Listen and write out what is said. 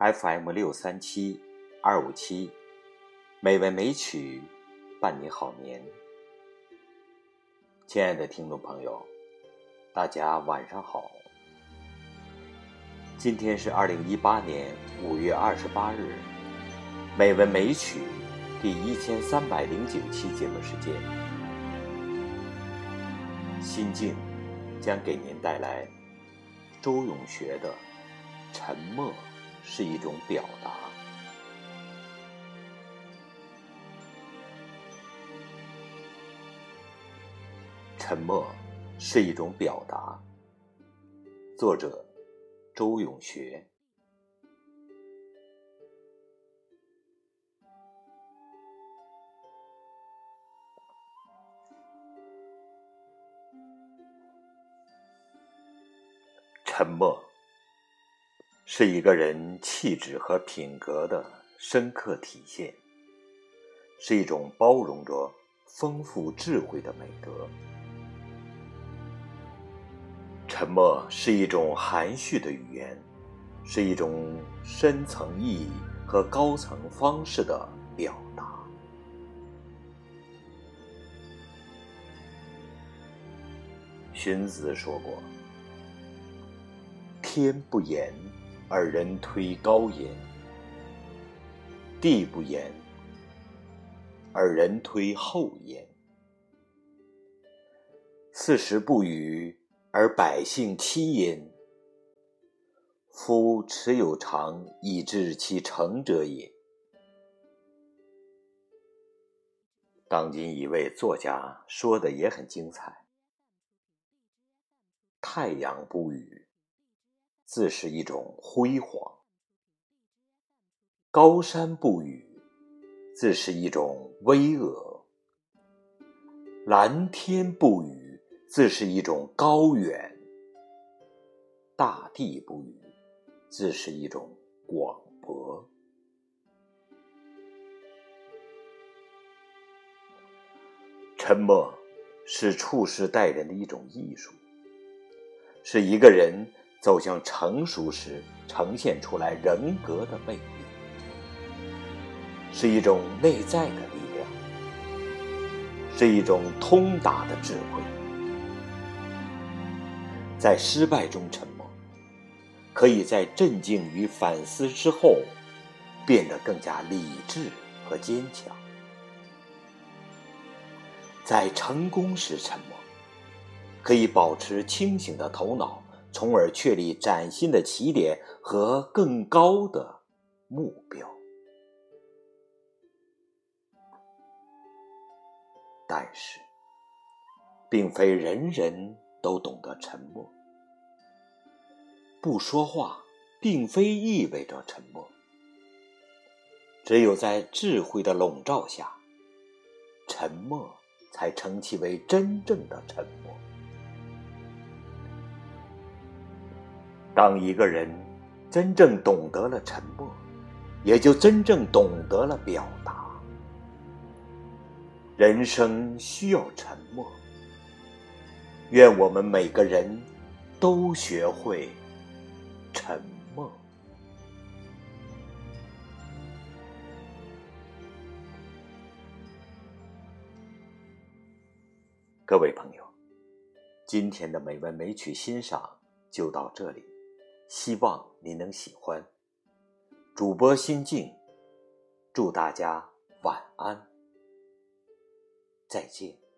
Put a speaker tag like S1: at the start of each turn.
S1: FM637-257，美文美曲伴你好眠。亲爱的听众朋友，大家晚上好。今天是2018年5月28日，美文美曲第1309期节目时间。心境将给您带来周永学的沉默是一种表达。沉默是一种表达。作者周永学。沉默是一个人气质和品格的深刻体现，是一种包容着丰富智慧的美德。沉默是一种含蓄的语言，是一种深层意义和高层方式的表达。荀子说过，天不言而人推高言，地不言而人推厚言，四时不语而百姓欺焉，夫持有常以致其成者也。当今一位作家说的也很精彩，太阳不语自是一种辉煌，高山不语自是一种巍峨，蓝天不语自是一种高远，大地不语自是一种广博。沉默是处事待人的一种艺术，是一个人走向成熟时呈现出来人格的魅力，是一种内在的力量，是一种通达的智慧。在失败中沉默，可以在镇静与反思之后变得更加理智和坚强。在成功时沉默，可以保持清醒的头脑，从而确立崭新的起点和更高的目标。但是，并非人人都懂得沉默。不说话，并非意味着沉默。只有在智慧的笼罩下，沉默才称其为真正的沉默。当一个人真正懂得了沉默，也就真正懂得了表达。人生需要沉默，愿我们每个人都学会沉默。各位朋友，今天的美文美曲欣赏就到这里，希望您能喜欢。主播心静，祝大家晚安，再见。